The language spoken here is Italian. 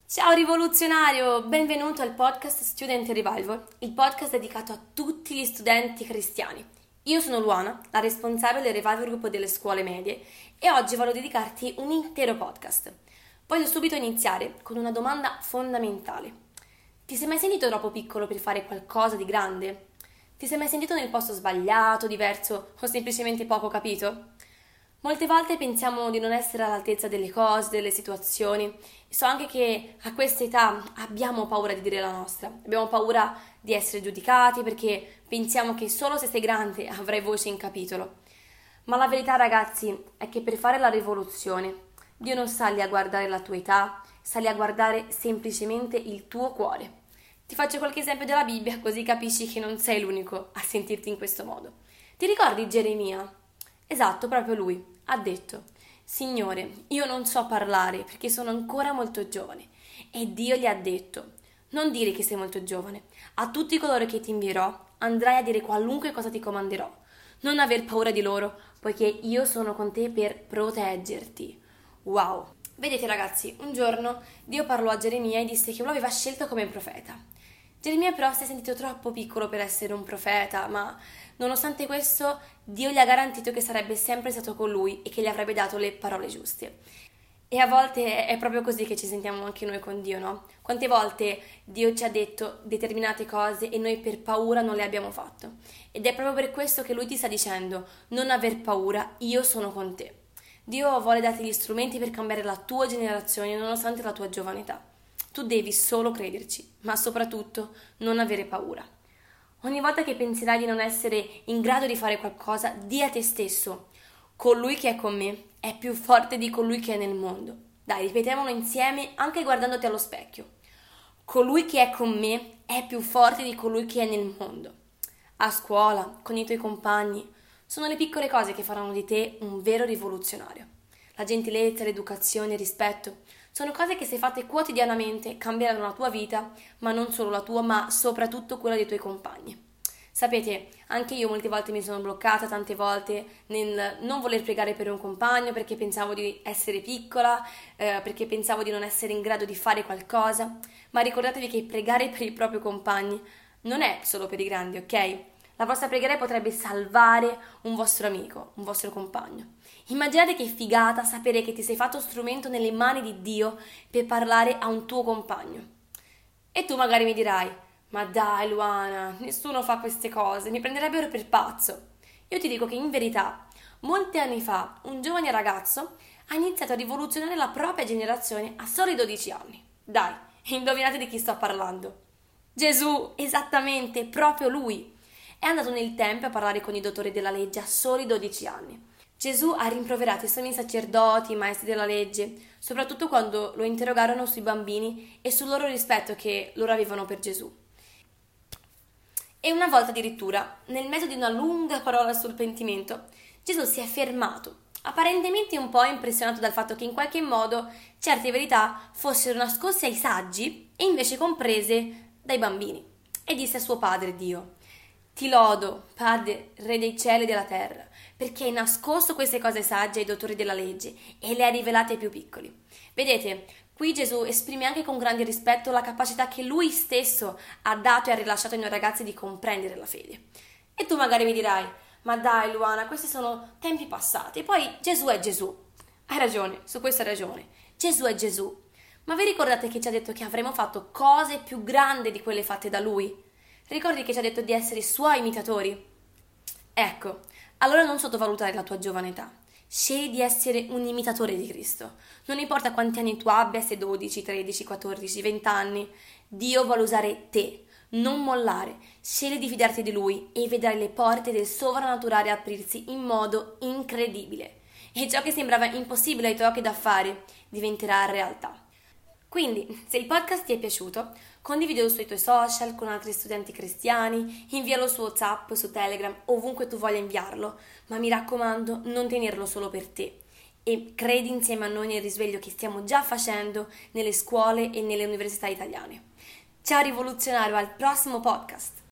Ciao rivoluzionario, benvenuto al podcast Student Revival, il podcast dedicato a tutti gli studenti cristiani. Io sono Luana, la responsabile del Revival Gruppo delle scuole medie e oggi voglio dedicarti un intero podcast. Voglio subito iniziare con una domanda fondamentale. Ti sei mai sentito troppo piccolo per fare qualcosa di grande? Ti sei mai sentito nel posto sbagliato, diverso o semplicemente poco capito? Molte volte pensiamo di non essere all'altezza delle cose, delle situazioni. E so anche che a questa età abbiamo paura di dire la nostra. Abbiamo paura di essere giudicati perché pensiamo che solo se sei grande avrai voce in capitolo. Ma la verità, ragazzi, è che per fare la rivoluzione Dio non sta lì a guardare la tua età, sta lì a guardare semplicemente il tuo cuore. Ti faccio qualche esempio della Bibbia così capisci che non sei l'unico a sentirti in questo modo. Ti ricordi Geremia? Esatto, proprio lui ha detto: Signore, io non so parlare perché sono ancora molto giovane. E Dio gli ha detto: non dire che sei molto giovane. A tutti coloro che ti invierò andrai a dire qualunque cosa ti comanderò. Non aver paura di loro, poiché io sono con te per proteggerti. Wow! Vedete ragazzi, un giorno Dio parlò a Geremia e disse che lo aveva scelto come profeta. Geremia però si è sentito troppo piccolo per essere un profeta, ma nonostante questo Dio gli ha garantito che sarebbe sempre stato con lui e che gli avrebbe dato le parole giuste. E a volte è proprio così che ci sentiamo anche noi con Dio, no? Quante volte Dio ci ha detto determinate cose e noi per paura non le abbiamo fatto. Ed è proprio per questo che Lui ti sta dicendo: non aver paura, io sono con te. Dio vuole darti gli strumenti per cambiare la tua generazione nonostante la tua giovane età. Tu devi solo crederci, ma soprattutto non avere paura. Ogni volta che penserai di non essere in grado di fare qualcosa, di a te stesso: colui che è con me è più forte di colui che è nel mondo. Dai, ripetiamolo insieme anche guardandoti allo specchio. Colui che è con me è più forte di colui che è nel mondo. A scuola, con i tuoi compagni, sono le piccole cose che faranno di te un vero rivoluzionario. La gentilezza, l'educazione, il rispetto sono cose che se fatte quotidianamente cambieranno la tua vita, ma non solo la tua, ma soprattutto quella dei tuoi compagni. Sapete, anche io molte volte mi sono bloccata, tante volte, nel non voler pregare per un compagno perché pensavo di essere piccola, perché pensavo di non essere in grado di fare qualcosa, ma ricordatevi che pregare per i propri compagni non è solo per i grandi, ok? La vostra preghiera potrebbe salvare un vostro amico, un vostro compagno. Immaginate che figata sapere che ti sei fatto strumento nelle mani di Dio per parlare a un tuo compagno. E tu magari mi dirai: ma dai Luana, nessuno fa queste cose, mi prenderebbero per pazzo. Io ti dico che in verità, molti anni fa, un giovane ragazzo ha iniziato a rivoluzionare la propria generazione a soli 12 anni. Dai, indovinate di chi sto parlando? Gesù, esattamente, proprio lui. È andato nel tempio a parlare con i dottori della legge a soli 12 anni. Gesù ha rimproverato i sommi sacerdoti, i maestri della legge, soprattutto quando lo interrogarono sui bambini e sul loro rispetto che loro avevano per Gesù. E una volta addirittura, nel mezzo di una lunga parola sul pentimento, Gesù si è fermato, apparentemente un po' impressionato dal fatto che in qualche modo certe verità fossero nascoste ai saggi e invece comprese dai bambini. E disse a suo padre Dio: ti lodo, Padre, Re dei cieli e della terra, perché hai nascosto queste cose sagge ai dottori della legge e le hai rivelate ai più piccoli. Vedete, qui Gesù esprime anche con grande rispetto la capacità che lui stesso ha dato e ha rilasciato ai noi ragazzi di comprendere la fede. E tu magari mi dirai: ma dai Luana, questi sono tempi passati, poi Gesù è Gesù. Hai ragione, su questo hai ragione. Gesù è Gesù. Ma vi ricordate che ci ha detto che avremmo fatto cose più grandi di quelle fatte da lui? Ricordi che ci ha detto di essere i suoi imitatori? Ecco, allora non sottovalutare la tua giovane età. Scegli di essere un imitatore di Cristo. Non importa quanti anni tu abbia, se 12, 13, 14, 20 anni, Dio vuole usare te. Non mollare. Scegli di fidarti di Lui e vedrai le porte del sovrannaturale aprirsi in modo incredibile. E ciò che sembrava impossibile ai tuoi occhi da fare diventerà realtà. Quindi, se il podcast ti è piaciuto, condividilo sui tuoi social con altri studenti cristiani, invialo su WhatsApp, su Telegram, ovunque tu voglia inviarlo, ma mi raccomando, non tenerlo solo per te. E credi insieme a noi nel risveglio che stiamo già facendo nelle scuole e nelle università italiane. Ciao rivoluzionario, al prossimo podcast!